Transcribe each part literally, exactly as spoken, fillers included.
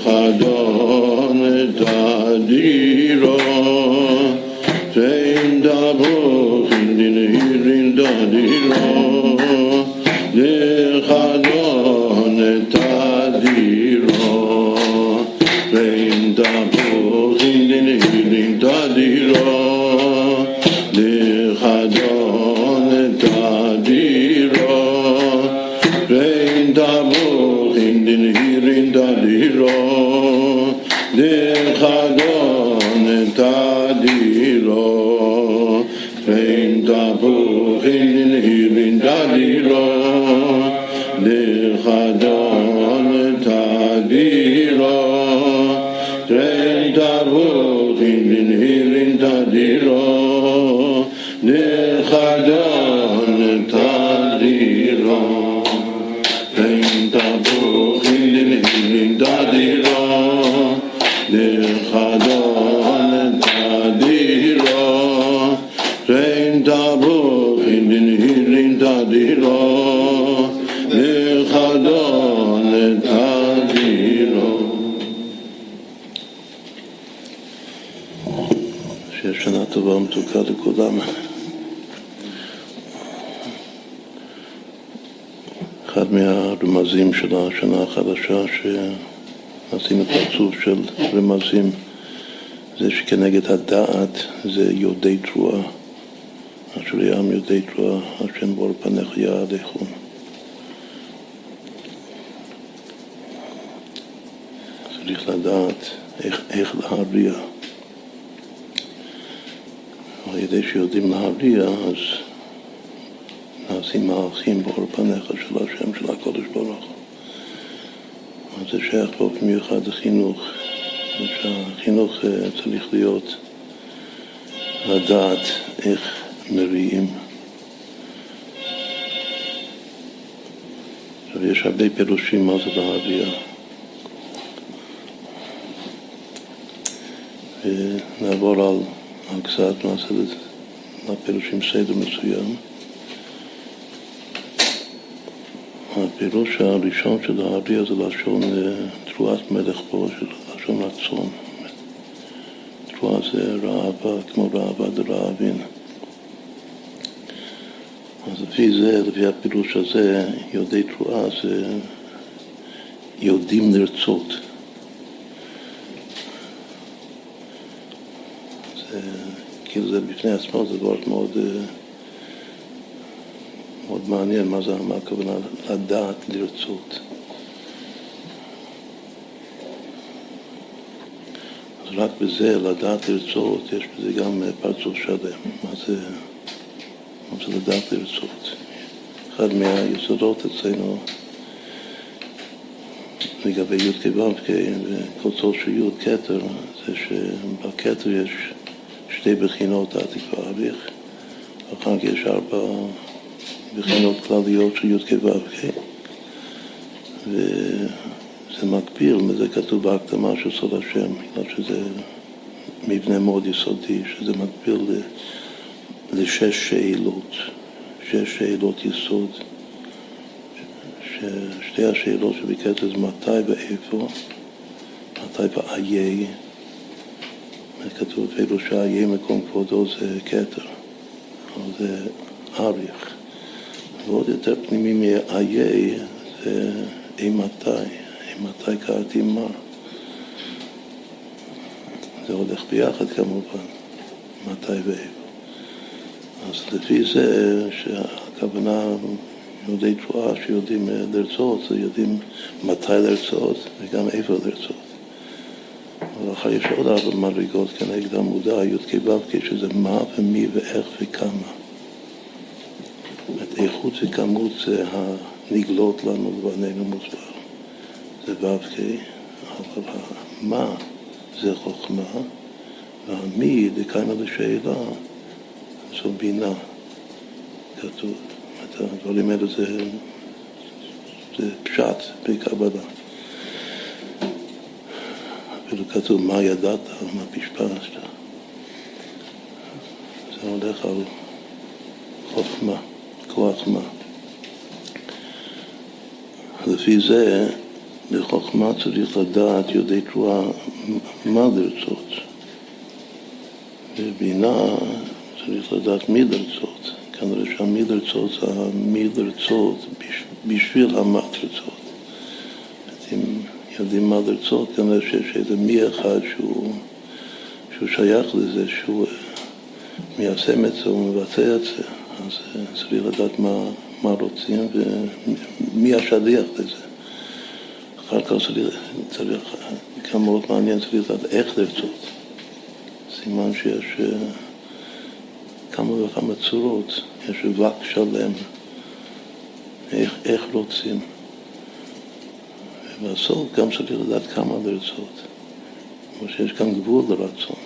לחדון את הדירו ואין דבוך דנהירים דדירו לחדון את הדירו ואין דבוך דנהירים דדירו לחדון את הדירו ואין דבוך דנהירים דדירו לחדון את הדירו ואין דבוך דנהירים דדירו לחדון את הדירו ואין דבוך דנהירים דדירו לחדון את הדירו ואין דבוך דנהירים דדירו לחדון את הדירו ואין דבוך דנהירים דדירו לחדון את הדירו. שיש שנה טובה ומתוקה לכולם. אחד מהרמזים של השנה החדשה שעשינו פרצוף של רמזים זה שכנגד הדעת זה יודעי תרועה, אשר ים יודעי תרועה, השם בור פניך יעדיכם. צריך לדעת איך, איך להריע. על ידי שיודעים להריע אז נעשים מהלכים באור פניך של השם של הקודש ברוך הוא. אז זה שייך באופן מיוחד לחינוך. שהחינוך צריך להיות לדעת איך מריעים. עכשיו יש הרבה פירושים מה זה להריע. ונעבור על, על קצת נעשה לפירושים סדר מסוים. הפירוש הראשון של להריע זה לשון תרועת מלך פה, של לשון רצון. תרועה זה רעבה, כמו רעבה דרעבין. אז לפי זה, לפי הפירוש הזה, יודעי תרועה זה יודעים לרצות. זה, כאילו זה בפני עצמו, זה דבר מאוד... מאוד מעניין מה זה, מה הכוונה לדעת לרצות. אז רק בזה, לדעת לרצות, יש בזה גם פרצוף שלם. מה זה, מה זה לדעת לרצות? אחד מהיסודות אצלנו לגבי י' כו' וקוצו של י' כתר, זה שבכתר יש שתי בחינות עתיק ועריך, ואחר כך יש ארבע בחינות כלליות של י' כו' וזה מקביל, וזה כתוב בהקדמה של סוד השם, בגלל שזה מבנה מאוד יסודי, שזה מקביל לשש שאלות, שש שאלות יסוד, ששתי השאלות שבכתר זה מתי ואיפה, מתי ואיי, כתוב אפילו שאיי מקום כבודו זה כתר, אבל זה אריך. ועוד יותר פנימי מאיי זה אימתי, אימתי קראתי מה. זה הולך ביחד כמובן, מתי ואיפה. אז לפי זה שהכוונה יודעי תרועה שיודעים לרצות, זה יודעים מתי לרצות וגם איפה לרצות. אבל אחר יש עוד ארבע מדרגות כנגד המודע, י' כו' שזה מה ומי ואיך וכמה. את איכות וכמות זה הנגלות לנו לבנינו מוסבר. זה ו' כ', אבל מה זה חוכמה, והמי דקיימא לשאלה זו בינה. כתוב, את הדברים האלה זה, זה פשט בקבלה. אפילו כתוב מה ידעת, מה פשפשת. זה הולך על חוכמה, כוח מה. לפי זה בחוכמה צריך לדעת יודעי תרועה מה לרצות. בבינה צריך לדעת מי לרצות. כנראה שהמי לרצות זה המי לרצות בשביל המה לרצות. אם יודעים מה לרצות, כנראה שיש איזה מי אחד שהוא, שהוא שייך לזה, שהוא מיישם את זה ומבצע את זה. אז צריך לדעת מה, מה רוצים ומי השליח לזה. אחר כך צריך, צריך, גם מאוד מעניין, צריך לדעת איך לרצות. סימן שיש כמה וכמה צורות, יש וק שלם, איך, איך רוצים. ובסוף גם צריך לדעת כמה לרצות, כמו שיש כאן גבול לרצון.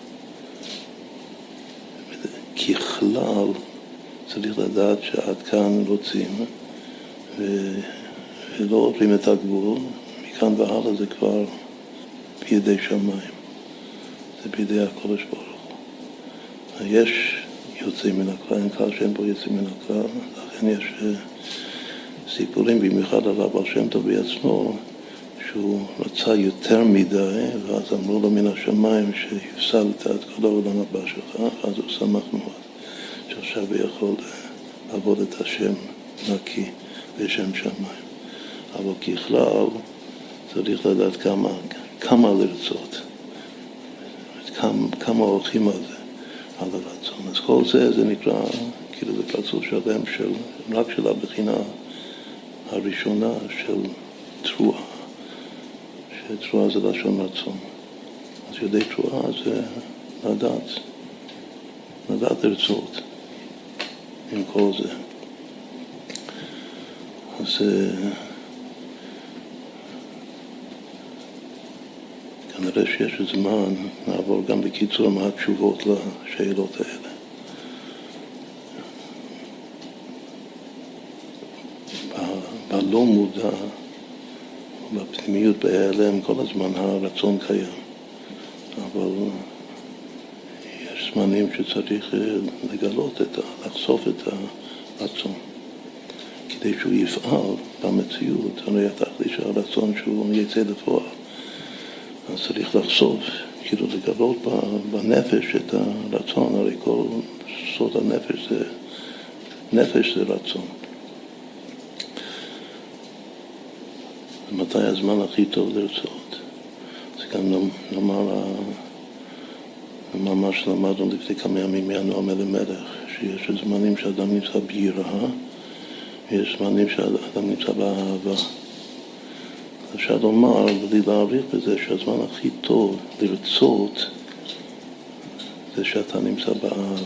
ככלל צריך לדעת שעד כאן רוצים, ו... ולא עוברים את הגבול, מכאן והלאה זה כבר בידי שמיים, זה בידי הקודש ברוך הוא. יש יוצאים מן הכלל, אין כלל שאין בו יוצאים מן הכלל, לכן יש סיפורים, במיוחד על הבעל שם טוב בעצמו, שהוא רצה יותר מדי, ואז אמרו לו מן השמיים שהפסדת את כל העולם הבא שלך, אז הוא שמח מאוד, שעכשיו הוא יכול לעבוד את השם נקי בשם שמיים. אבל ככלל צריך לדעת כמה, כמה לרצות, כמה, כמה הולכים על זה, על הרצון. אז כל זה, זה נקרא, כאילו זה פרצוף שלם של, רק של הבחינה הראשונה של תרועה, שתרועה זה לשון רצון. אז יודעי תרועה זה לדעת, לדעת לרצות עם כל זה. אז כנראה שיש זמן, נעבור גם בקיצור מה התשובות לשאלות האלה. בלא מודע, בפנימיות בהיעלם, כל הזמן הרצון קיים. אבל יש זמנים שצריך לגלות את ה... לחשוף את הרצון. כדי שהוא יפעל במציאות, הרי התכלית של הרצון שהוא יצא לפועל. אז צריך לחשוף, כאילו לגלות בנפש את הרצון, הרי כל סוד הנפש זה, נפש זה רצון. מתי הזמן הכי טוב לרצות? זה גם נאמר, ממש למדנו לפני כמה ימים מהנועם אלימלך, שיש זמנים שאדם נמצא ביראה, ויש זמנים שאדם נמצא באהבה. אפשר לומר, בלי להעריך בזה, שהזמן הכי טוב לרצות זה שאתה נמצא באהבה.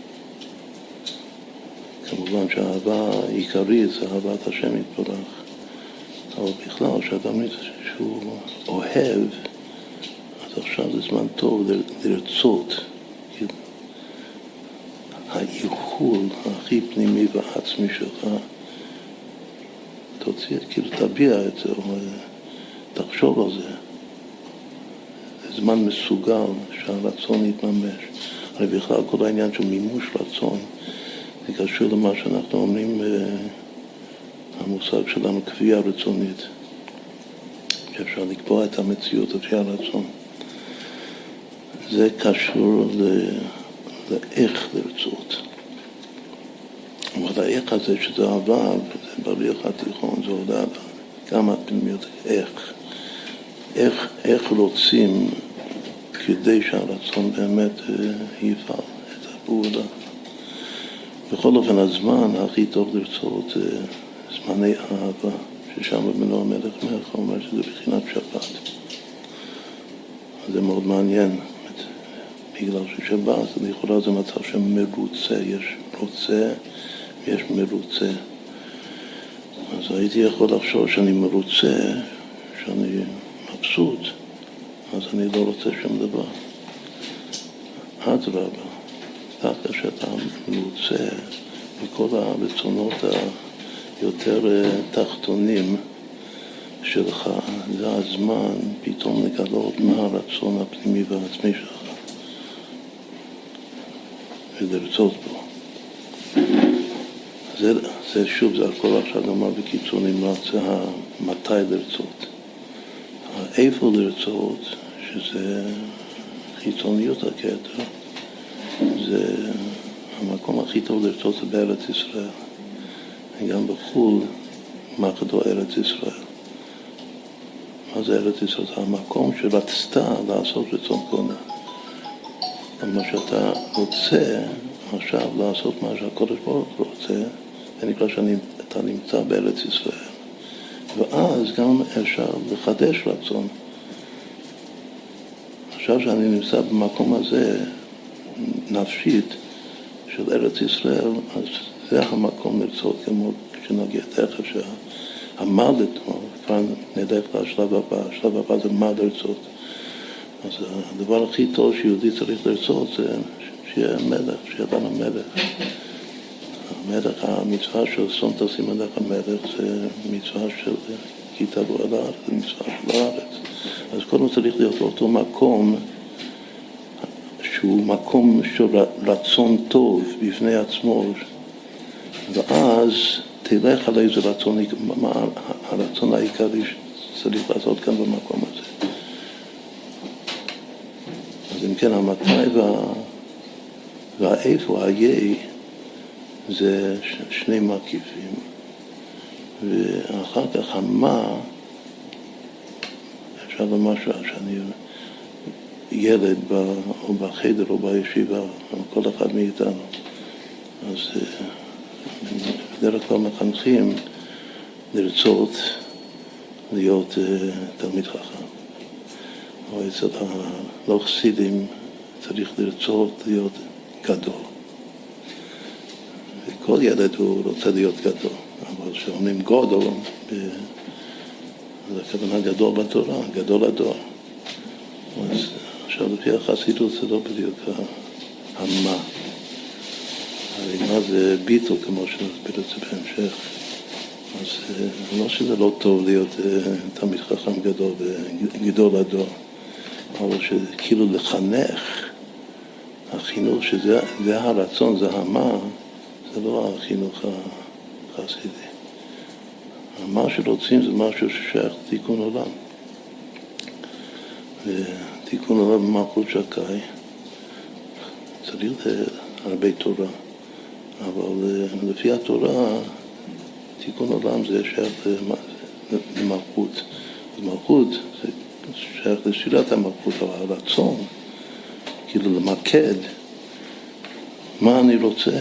כמובן שהאהבה העיקרית זה אהבת השם יתברך. אבל בכלל, שאדם שהוא אוהב, אז עכשיו זה זמן טוב לרצות. הייחול הכי פנימי והעצמי שלך, תוציא, כאילו תביע את זה, או תחשוב על זה. זה זמן מסוגל שהרצון יתממש. הרי בכלל כל העניין של מימוש רצון, זה קשור למה שאנחנו אומרים, המושג שלנו קביעה רצונית, שאפשר לקבוע את המציאות לפי הרצון. זה קשור ל... לאיך לרצות. אבל האיך הזה שזה עבר, זה בריח התיכון, זה הודעה גם הפנימיות, איך. איך, איך רוצים כדי שהרצון באמת יפעל את הפעולה. בכל אופן, הזמן הכי טוב לרצות זה זמני אהבה, ששם בנו המלך מלך אומר שזה בחינת שבת. זה מאוד מעניין. בגלל ששבת, לכאורה זה מצב שמרוצה, יש רוצה ויש מרוצה. אז הייתי יכול לחשוב שאני מרוצה, שאני מבסוט, אז אני לא רוצה שום דבר. אדרבה, דווקא שאתה מרוצה מכל הרצונות היותר תחתונים שלך, זה הזמן פתאום לגלות מה הרצון הפנימי והעצמי שלך. ולרצות בו. זה, זה שוב, זה הכל עכשיו נאמר בקיצור נמרץ, זה מתי לרצות. איפה לרצות, שזה חיצוניות הקטע, זה המקום הכי טוב לרצות זה בארץ ישראל. גם בחול, מה כתוב ארץ ישראל? מה זה ארץ ישראל? זה המקום שרצת לעשות רצון קונה. מה שאתה רוצה עכשיו לעשות מה שהקודש ברוך הוא רוצה, זה נקרא שאתה נמצא בארץ ישראל. ואז גם אפשר לחדש רצון. עכשיו שאני נמצא במקום הזה, נפשית, של ארץ ישראל, אז זה המקום לרצות, כמו כשנגיע תכף שהמלט, כבר נדע לשלב הבא, השלב הבא זה מה לרצות. אז הדבר הכי טוב שיהודי צריך לרצות זה שיהיה מלך, שיהיה לנו מלך. המלך, המצווה של שום תשים עליך המלך, זה מצווה של כי תבוא על הארץ, זה מצווה של הארץ. אז קודם צריך להיות באותו מקום, שהוא מקום של רצון טוב בפני עצמו, ואז תלך על איזה רצון, מה הרצון העיקרי שצריך לעשות כאן במקום הזה. אז אם כן, המתי וה... והאיפה, היי, זה שני מקיפים. ואחר כך המה, אפשר לומר שאני ילד או בחדר או בישיבה, או כל אחד מאיתנו. אז בדרך כלל מחנכים לרצות להיות תלמיד חכם. או אצל הלא חסידים צריך לרצות להיות גדול. וכל ילד הוא רוצה להיות גדול. אבל כשאומרים גודל, זה הכוונה גדול בתורה, גדול הדור. אז עכשיו לפי החסידות זה לא בדיוק המה. הרי מה זה ביטל, כמו שנסביר את זה בהמשך. אז לא שזה לא טוב להיות תלמיד חכם גדול וגדול הדור, אבל שכאילו לחנך, החינוך שזה זה הרצון, זה המה, זה לא החינוך החסידי. מה שרוצים זה משהו ששייך לתיקון עולם. ותיקון עולם במלכות שקי צריך הרבה תורה, אבל לפי התורה תיקון עולם זה שייך למלכות. מלכות זה שייך לשאלת המלכות, אבל הרצון, כאילו למקד מה אני רוצה,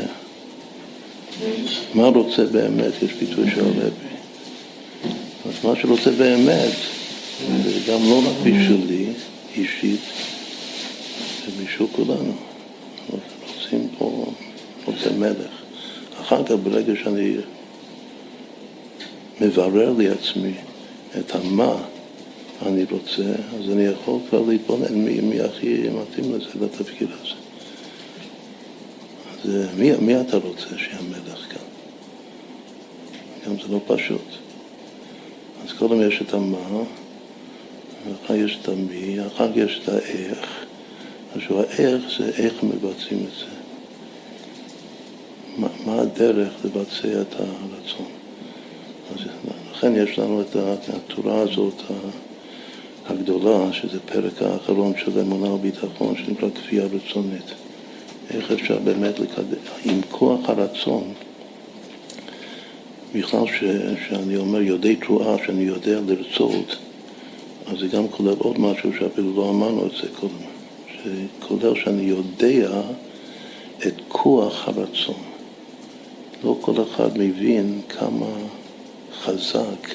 מה רוצה באמת, יש ביטוי של הרבי. אז מה שרוצה באמת, זה גם לא רק בשבילי, אישית, זה בשביל כולנו. רוצים פה, רוצה מלך. אחר כך ברגע שאני מברר לי עצמי את המה אני רוצה, אז אני יכול כבר להתבונן מי, מי הכי מתאים לזה, לתפקיד הזה. אז מי, מי אתה רוצה שיהיה מלך כאן? גם זה לא פשוט. אז קודם יש את המה, ואחר יש את המי, אחר יש את האיך. עכשיו האיך זה איך מבצעים את זה. מה, מה הדרך לבצע את הרצון? אז לכן יש לנו את התורה הזאת הגדולה, שזה פרק האחרון של אמונה וביטחון, שנקרא כפייה רצונית. איך אפשר באמת לקדם, עם כוח הרצון, בכלל ש, שאני אומר יודעי תרועה, שאני יודע לרצות, אז זה גם כולל עוד משהו שאפילו לא אמרנו את זה קודם, שכולל שאני יודע את כוח הרצון. לא כל אחד מבין כמה חזק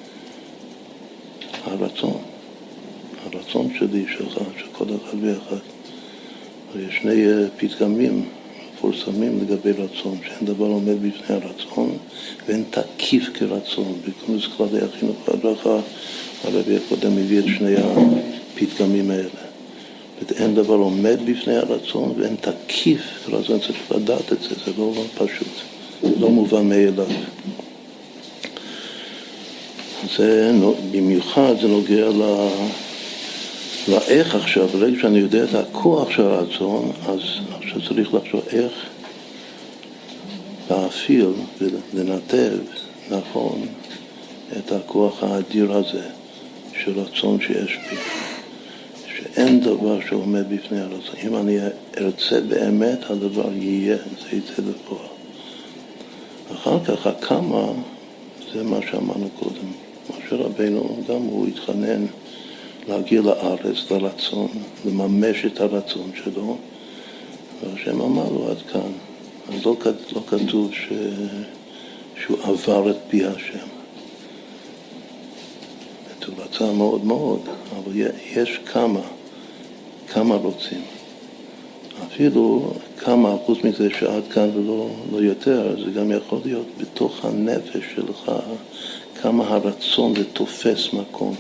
הרצון, הרצון שלי, שלך, של כל אחד ואחד. יש שני פתגמים מפורסמים לגבי רצון, שאין דבר עומד בפני הרצון, ואין תקיף כרצון. בכונס כללי החינוך והדרכה, הרבי הקודם מביא את שני הפתגמים האלה. אין דבר עומד בפני הרצון, ואין תקיף כרצון. צריך לדעת את זה, זה לא, לא פשוט, זה לא מובן מאליו. זה במיוחד, זה נוגע ל... לאיך עכשיו, ברגע שאני יודע את הכוח של הרצון, אז עכשיו צריך לחשוב איך להפעיל ולנתב נכון את הכוח האדיר הזה של של רצון שיש בי, שאין דבר שעומד בפני הרצון. אם אני ארצה באמת, הדבר יהיה, זה יצא לפועל. אחר כך הכמה, זה מה שאמרנו קודם. משה רבינו, גם הוא התחנן להגיע לארץ, לרצון, לממש את הרצון שלו, והשם אמר לו עד כאן. אז לא, לא כתוב ש... שהוא עבר את פי השם. הוא רצה מאוד מאוד, אבל יש כמה, כמה רוצים. אפילו כמה, חוץ מזה שעד כאן ולא לא יותר, זה גם יכול להיות בתוך הנפש שלך, כמה הרצון זה תופס מקום.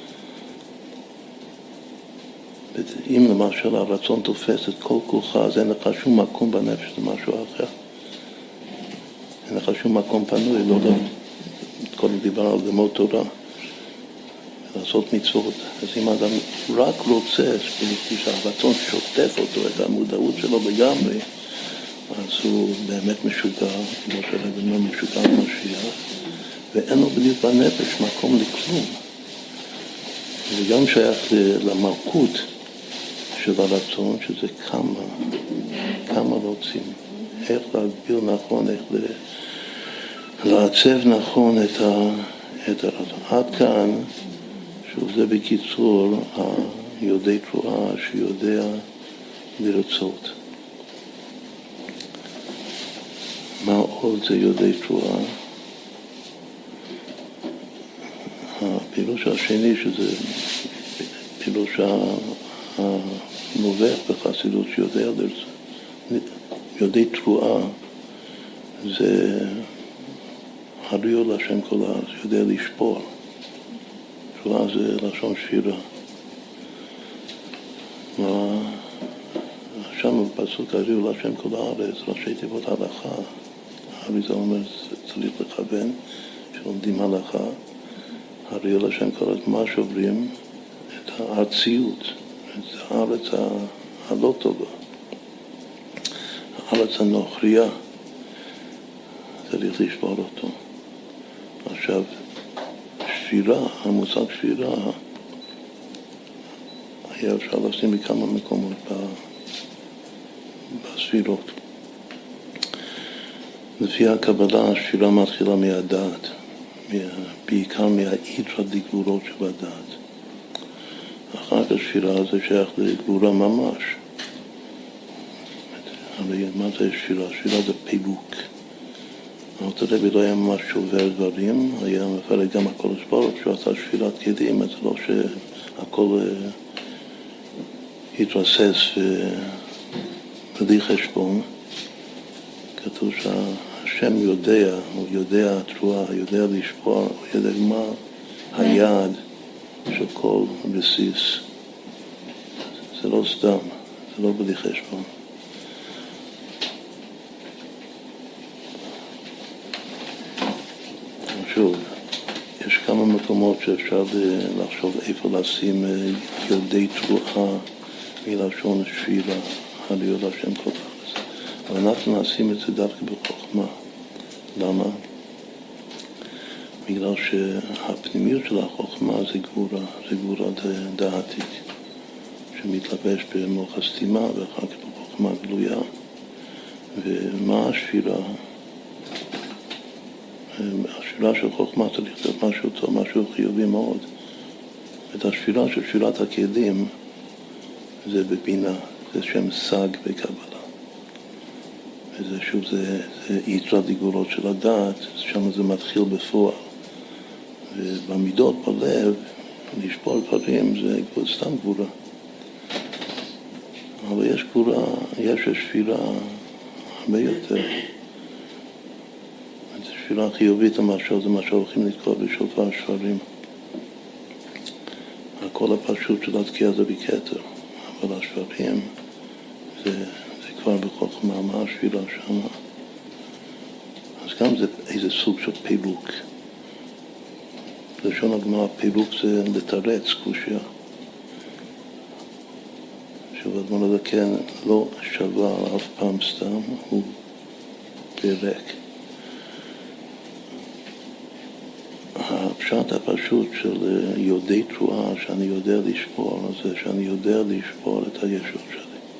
אם למשל הרצון תופס את כל כולך, אז אין לך שום מקום בנפש למשהו אחר. אין לך שום מקום פנוי, לא, לא. קודם דיבר על לימוד תורה, לעשות מצוות. אז אם האדם רק רוצה, שהרצון שוטף אותו, את המודעות שלו לגמרי, אז הוא באמת משוגע, כמו שהרבנו משוגע במשיח, ואין לו בדיוק בנפש מקום לכלום. זה גם שייך למלכות של הרצון, שזה כמה, כמה רוצים, איך להגביר נכון, איך לעצב נכון את, ה, את הרצון. עד כאן, שוב זה בקיצור, היודעי תרועה שיודע לרצות. מה עוד זה יודעי תרועה? הפילוש השני, שזה פילוש המובח בחסידות שיודע לרצות. יודעי תרועה זה הריו להשם כל הארץ, יודע לשפור. תרועה זה לשון שפירה. שם בפסוק הריו להשם כל הארץ, ראשי תיבות הלכה. הריזה אומר, צריך לכוון, שלומדים הלכה. הריו להשם כל הארץ, מה שוברים? את הארציות, את הארץ הלא טובה. הארץ הנוכריה, צריך לשבור אותו. עכשיו, שפירה, המושג שפירה, היה אפשר לשים בכמה מקומות בספירות. לפי הקבלה, השפירה מתחילה מהדעת, בעיקר מהאידרא דגבורות שבדעת. אחר כך שפירה זה שייך לגבורה ממש. הרי מה זה שפירה? שפירה זה פירוק. אבל הרבי לא היה ממש שובר דברים, היה מפרק גם הכל הסברות, שהוא עשה שפירת כלים, אז לא שהכל התרסס בלי חשבון. כתוב שהשם יודע, הוא יודע תרועה, הוא יודע לשפוע, הוא יודע מה היעד של כל בסיס. זה לא סתם, זה לא בלי חשבון. שוב, יש כמה מקומות שאפשר לחשוב איפה לשים יודעי תרועה מלשון שפירה, הריו להשם כל הארץ. אבל אנחנו נשים את זה דווקא בחוכמה. למה? בגלל שהפנימיות של החוכמה זה גבורה, זה גבורה דעתית, שמתלבש במוח הסתימה ואחר כך בחוכמה גלויה. ומה השפירה? השפירה של חוכמה צריך להיות משהו טוב, משהו חיובי מאוד. את השפירה של שפירת הכלים זה בבינה, זה שם סג בקבלה. וזה שוב, זה, זה איתרא דגבורות של הדעת, שם זה מתחיל בפועל. ובמידות בלב, לשפור דברים זה סתם גבורה. אבל יש גבורה, יש שפירה הרבה יותר. שפירה חיובית למשל זה מה שהולכים לתקוע בשופר שפרים. הקול הפשוט של התקיעה זה בכתר, אבל השפרים זה, זה כבר בחוכמה, מה השפירה שם. אז גם זה איזה סוג של פילוק. לשון הגמרא, פילוק זה לתרץ, קושיה. שוב, אדמון הזה כן לא שווה אף פעם סתם, הוא פירק. הפשט הפשט הפשוט של יודעי תרועה, שאני יודע לשבור, זה שאני יודע לשבור את הישות שלי.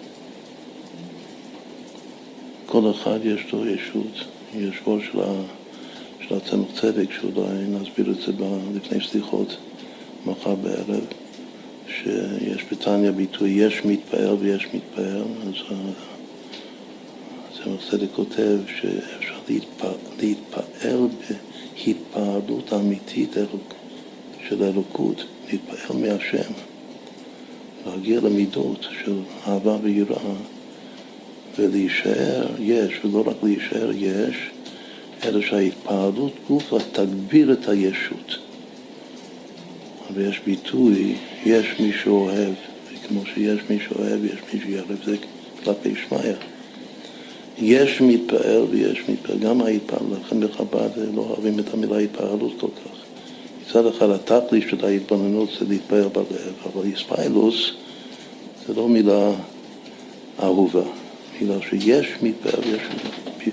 כל אחד יש לו ישות, ישבור של, ה, של הצמח צדק, שאולי נסביר את זה לפני סליחות מחר בערב, שיש בתניא ביטוי, יש מתפעל ויש מתפעל, אז הצמח צדק כותב שאפשר להתפעל, להתפעל בהתפעלות אמיתית של אלוקות, להתפעל מהשם, להגיע למידות של אהבה ויראה, ולהישאר יש, ולא רק להישאר יש, אלא שההתפעלות גופה תגביר את הישות. ויש ביטוי, יש מי שאוהב, וכמו שיש מי שאוהב, יש מי שיערב, זה כלפי שמיא. יש מתפעל ויש מתפעל, גם ההתפעל, לכן בחב"ד לא אוהבים את המילה התפעלות כל כך. מצד אחד התכלית של ההתבוננות זה להתפעל בלב, אבל איספאילוס זה לא מילה אהובה. מילה שיש מתפעל ויש מתפעל.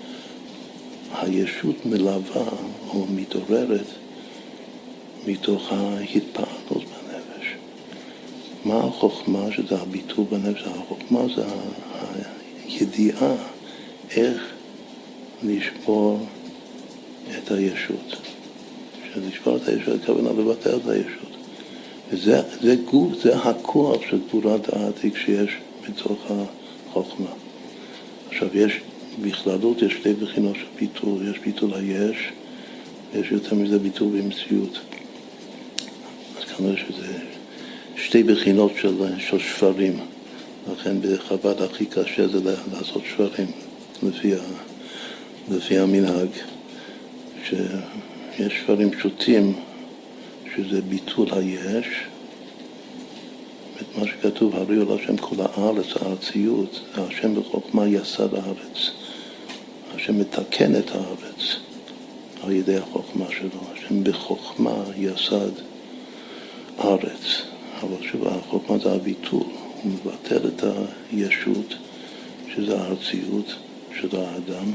הישות מלווה או מתעוררת מתוך ההתפעלות בנפש. מה החוכמה שזה הביטול בנפש? החוכמה זה הידיעה איך לשבור את הישות. שלשבור את הישות, הכוונה לבטל את הישות. וזה זה גוף, זה הכוח של גבורת דעת כשיש בתוך החוכמה. עכשיו יש בכללות, יש שתי בחינות של ביטול. יש ביטול היש, ויש יותר מזה ביטול במציאות. אז כנראה שזה שתי בחינות של, של שברים. לכן בחב"ד הכי קשה זה לעשות שברים, לפי, ה, לפי המנהג. שיש שברים פשוטים, שזה ביטול היש, את מה שכתוב, הרי על השם כל הארץ, הארציות, השם בחוכמה יסד הארץ. השם מתקן את הארץ על ידי החוכמה שלו. השם בחוכמה יסד הארץ. אבל שוב, החוכמה זה הביטול. הוא מבטל את הישות, שזה הארציות של האדם.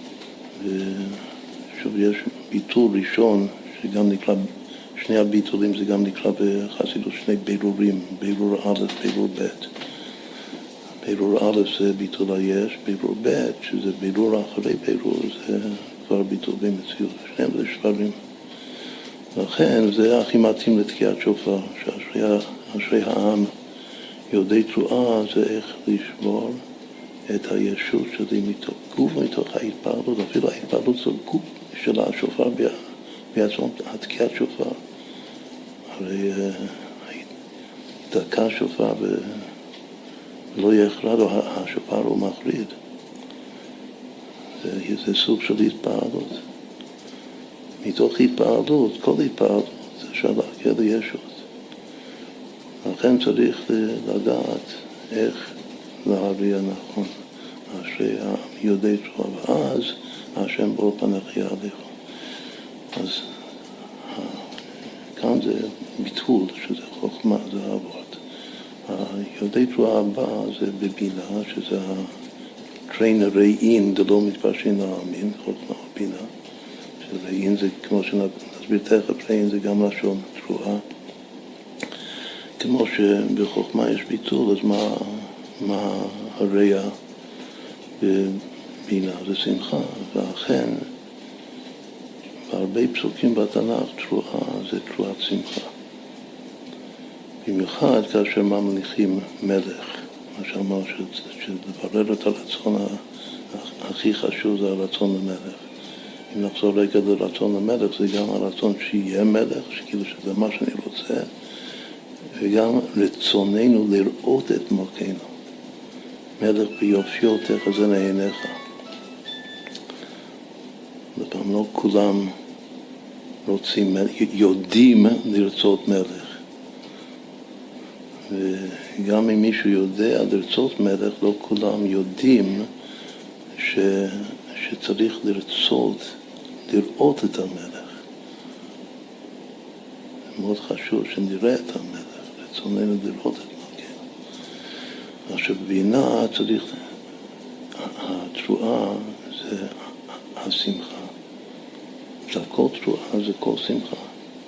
ושוב, יש ביטול ראשון, שגם נקרא, שני הביטולים זה גם נקרא בחסידות שני בירורים, בירור א', בירור ב'. בירור א' זה ביטול היש, בירור ב', שזה בירור אחרי בירור, זה כבר ביטול במציאות. שניהם זה שברים. לכן זה הכי מתאים לתקיעת שופר, שאשרי העם יודעי תרועה זה איך לשבור את הישות שלי מתוך גוף, מתוך ההתפעלות, אפילו ההתפעלות זה גוף של השופר בעצמו, התקיעת שופר. הרי דקה שופר ולא יחרד, השופר הוא מחריד. זה, זה סוג של התפעלות. מתוך התפעלות, כל התפעלות, זה אפשר להגיע לישות. לכן צריך לדעת איך להביע נכון. אשרי העם יודעי תרועה, ואז השם ברוך פניך יעדיך. אז כאן זה ביטול, שזה חוכמה, זה אבות. היודעי תרועה הבא זה בבינה, שזה הטריין ראין, דלא מתפרשין להאמין, חוכמה ובינה. שראין זה, כמו שנסביר תכף, ראין זה גם לשון תרועה. כמו שבחוכמה יש ביטול, אז מה, מה הרע בבינה? זה שמחה, ואכן, בהרבה פסוקים בתנ"ך, תרועה זה תרועת שמחה. במיוחד כאשר ממליכים מלך, מה שאמר שלברר את הרצון הכי חשוב זה הרצון למלך. אם נחזור רגע לרצון למלך, זה גם הרצון שיהיה מלך, שכאילו שזה מה שאני רוצה, וגם רצוננו לראות את מלכנו. מלך ביופיו תחזינה עיניך. לפעמים לא כולם רוצים, יודעים לרצות מלך. וגם אם מישהו יודע לרצות מלך, לא כולם יודעים ש... שצריך לרצות, לראות את המלך. זה מאוד חשוב שנראה את המלך. רצוננו לראות את מלכנו. עכשיו, בינה צריך, התרועה זה השמחה. עכשיו, כל תרועה זה כל שמחה.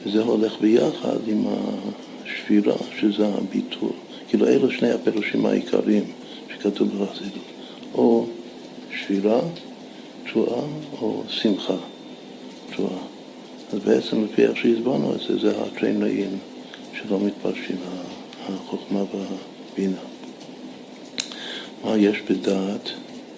וזה הולך ביחד עם השבירה, שזה הביטול. כאילו אלו שני הפירושים העיקריים שכתוב בחסידות. או שבירה, תשועה, או שמחה, תשועה. אז בעצם לפי איך שהסברנו את זה, זה הטרנאים שלא מתפרשים, החוכמה והבינה. מה יש בדעת?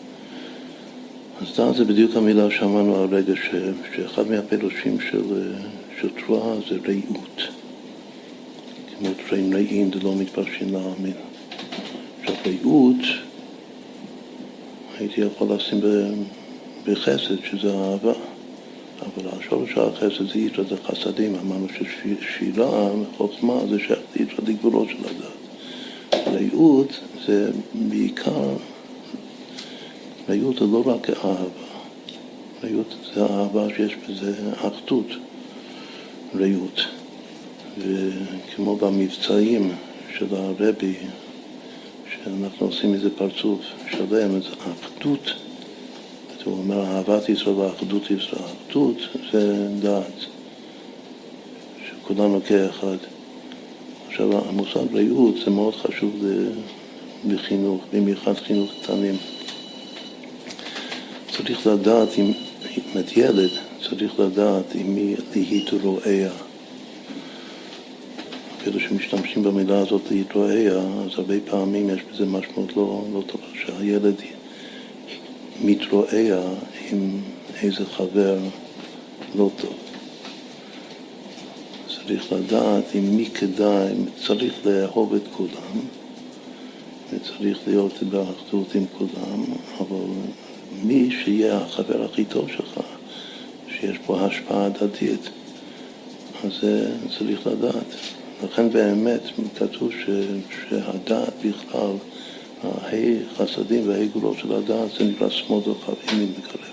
אז דעת זה בדיוק המילה שאמרנו הרגע, ש, שאחד מהפירושים של, של תרועה זה ראות. כמו טרנאים, זה לא מתפרשים להאמין. עכשיו ראות, הייתי יכול לשים בחסד, שזה אהבה. אבל השורש החסד זה יתרה, זה חסדים. אמרנו ששירה, חוכמה, זה יתרה לגבולות של הדת. ראות זה בעיקר, ראות זה לא רק אהבה. ראות זה אהבה שיש בזה אחדות, ראות. וכמו במבצעים של הרבי, שאנחנו עושים איזה פרצוף שלם, זה אחדות. הוא אומר, אהבת ישראל ואחדות ישראל. אחדות זה דעת, שכולנו כאחד. עכשיו, המושג ראות זה מאוד חשוב לחינוך, במיוחד חינוך קטנים. צריך לדעת, אם את ילד, צריך לדעת עם מי להתרועע. אפילו שמשתמשים במילה הזאת להתרועע, אז הרבה פעמים יש בזה משמעות לא, לא טובה, שהילד מתרועע עם איזה חבר לא טוב. צריך לדעת עם מי כדאי, צריך לאהוב את כולם, וצריך להיות באחדות עם כולם, אבל מי שיהיה החבר הכי טוב שלך, שיש פה השפעה הדדית, אז זה צריך לדעת. לכן באמת כתוב ש, שהדעת בכלל, ההי חסדים וההי גבולות של הדעת, זה נקרא שמאל דוחבים מתקרב.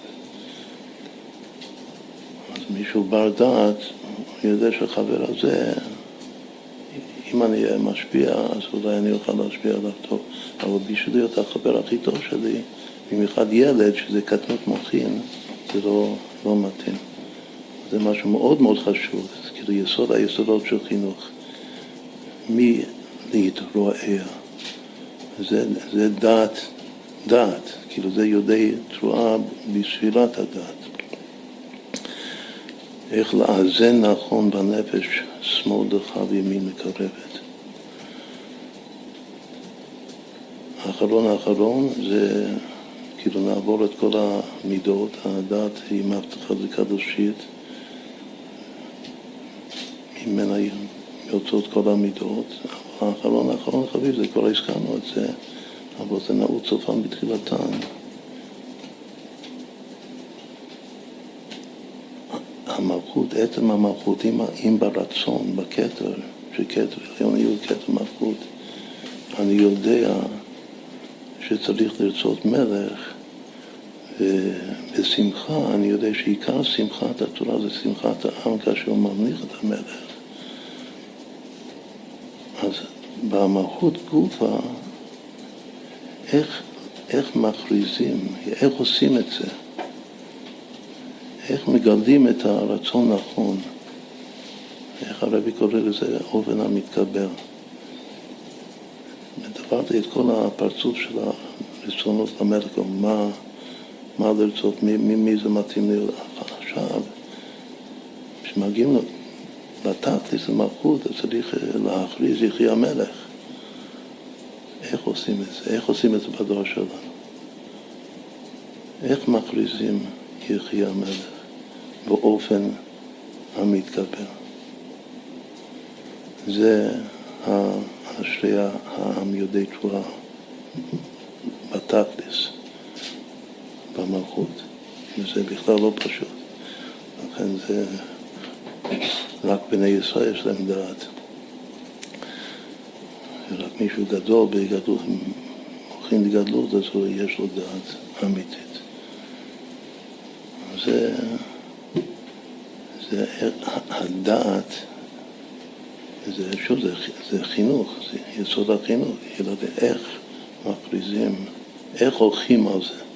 אז מישהו בר דעת, הוא יודע שהחבר הזה, אם אני אהיה משפיע, אז אולי אני אוכל להשפיע עליו טוב. אבל בשביל להיות החבר הכי טוב שלי, במיוחד ילד, שזה קטנות מוחין, זה לא, לא מתאים. זה משהו מאוד מאוד חשוב, זה כאילו יסוד היסודות של חינוך. מי להתרועע? זה, זה דעת, דעת, כאילו זה יודעי תרועה בספילת הדעת. איך לאזן נכון בנפש, שמאל דחה וימין מקרבת. האחרון האחרון זה כאילו נעבור את כל המידות, הדעת היא מבטחה לקדושית, ממנה יוצאות כל המידות, אבל האחרון האחרון חביב, זה כבר הזכרנו את זה, אבל זה נעוץ סופם בתחילתן. המלכות, עצם המלכות, אם ברצון, בכתר, שכתר, היום יהיו כתר מלכות, אני יודע שצריך לרצות מלך, ובשמחה, אני יודע שעיקר שמחת התורה זה שמחת העם כאשר הוא ממליך את המלך. אז במלכות גופה, איך, איך מכריזים, איך עושים את זה? איך מגלים את הרצון נכון? איך הרבי קורא לזה אופן המתקבל? מדברתי את כל הפרצוף של הרצונות למלך, מה, מה לרצות, מי, מי זה מתאים להיות. עכשיו, כשמגיעים לתכלס למלכות, אז צריך להכריז יחי המלך. איך עושים את זה? איך עושים את זה בדור שלנו? איך מכריזים יחי המלך באופן המתקבל? זה השרי העם יודעי תרועה בתכלס, במלכות. וזה בכלל לא פשוט. לכן זה רק בני ישראל יש להם דעת. רק מישהו גדול בגדלות, מוכין לגדלות, אז הוא יש לו דעת אמיתית. זה, זה הדעת, זה, שוב, זה, זה חינוך, זה יסוד החינוך, ילדים, איך מכריזים, איך הולכים על זה,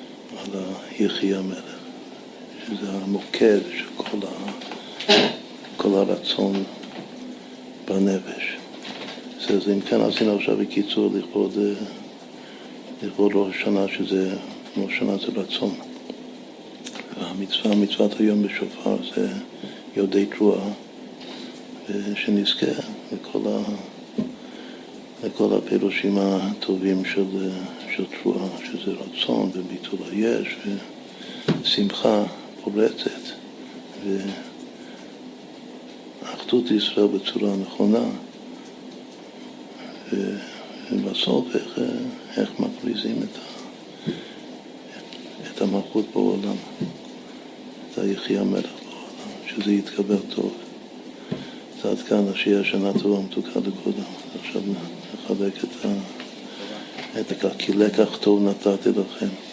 על יחי המלך, שזה המוקד של כל, ה, כל הרצון בנפש. אז אם כן עשינו עכשיו בקיצור לכבוד, לכבוד ראש השנה, שזה ראש השנה זה רצון. והמצווה, מצוות היום בשופר זה יודעי תרועה, ושנזכה לכל, ה, לכל הפירושים הטובים של, של תרועה, שזה רצון וביטול היש ושמחה פורצת ואחדות ישראל בצורה נכונה. ובסוף איך, איך מפריזים את, ה, את המלכות בעולם, את היחי המלך בעולם, שזה יתקבל טוב. אז עד כאן שיהיה שנה טובה מתוקה לכבודם. עכשיו נחלק את ה... את הכך, כי לקח טוב נתתי לכם.